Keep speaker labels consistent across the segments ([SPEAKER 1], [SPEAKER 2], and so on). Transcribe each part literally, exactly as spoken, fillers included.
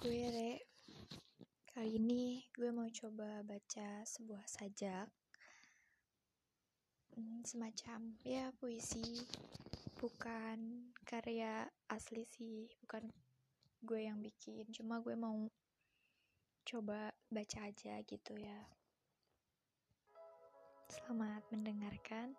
[SPEAKER 1] Gue Re, kali ini gue mau coba baca sebuah sajak, hmm, semacam ya puisi, bukan karya asli sih, bukan gue yang bikin, cuma gue mau coba baca aja gitu ya. Selamat mendengarkan.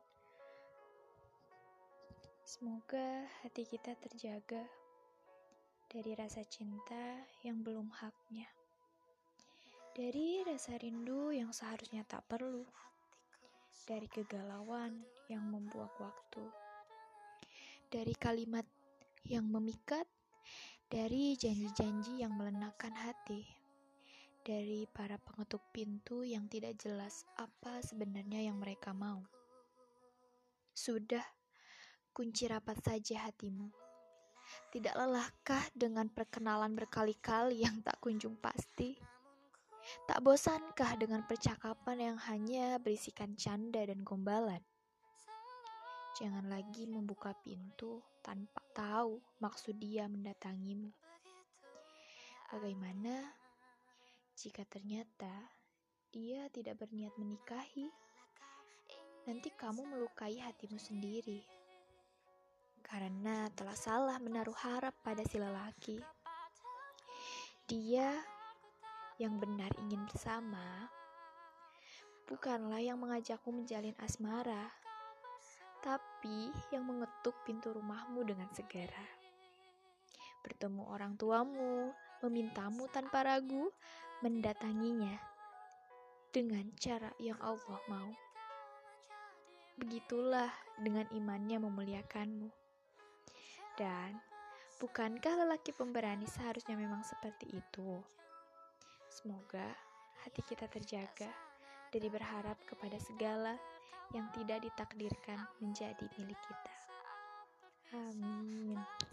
[SPEAKER 1] Semoga hati kita terjaga dari rasa cinta yang belum haknya, dari rasa rindu yang seharusnya tak perlu, dari kegalauan yang membuang waktu, dari kalimat yang memikat, dari janji-janji yang melenakan hati, dari para pengetuk pintu yang tidak jelas apa sebenarnya yang mereka mau. Sudah, kunci rapat saja hatimu. Tidak lelahkah dengan perkenalan berkali-kali yang tak kunjung pasti? Tak bosankah dengan percakapan yang hanya berisikan canda dan gombalan? Jangan lagi membuka pintu tanpa tahu maksud dia mendatangimu. Bagaimana jika ternyata dia tidak berniat menikahi? Nanti kamu melukai hatimu sendiri karena telah salah menaruh harap pada si lelaki. Dia yang benar ingin bersama bukanlah yang mengajakmu menjalin asmara, tapi yang mengetuk pintu rumahmu dengan segera. Bertemu orang tuamu, memintamu tanpa ragu, mendatanginya dengan cara yang Allah mau. Begitulah dengan imannya memuliakanmu. Dan bukankah lelaki pemberani seharusnya memang seperti itu? Semoga hati kita terjaga dari berharap kepada segala yang tidak ditakdirkan menjadi milik kita. Amin.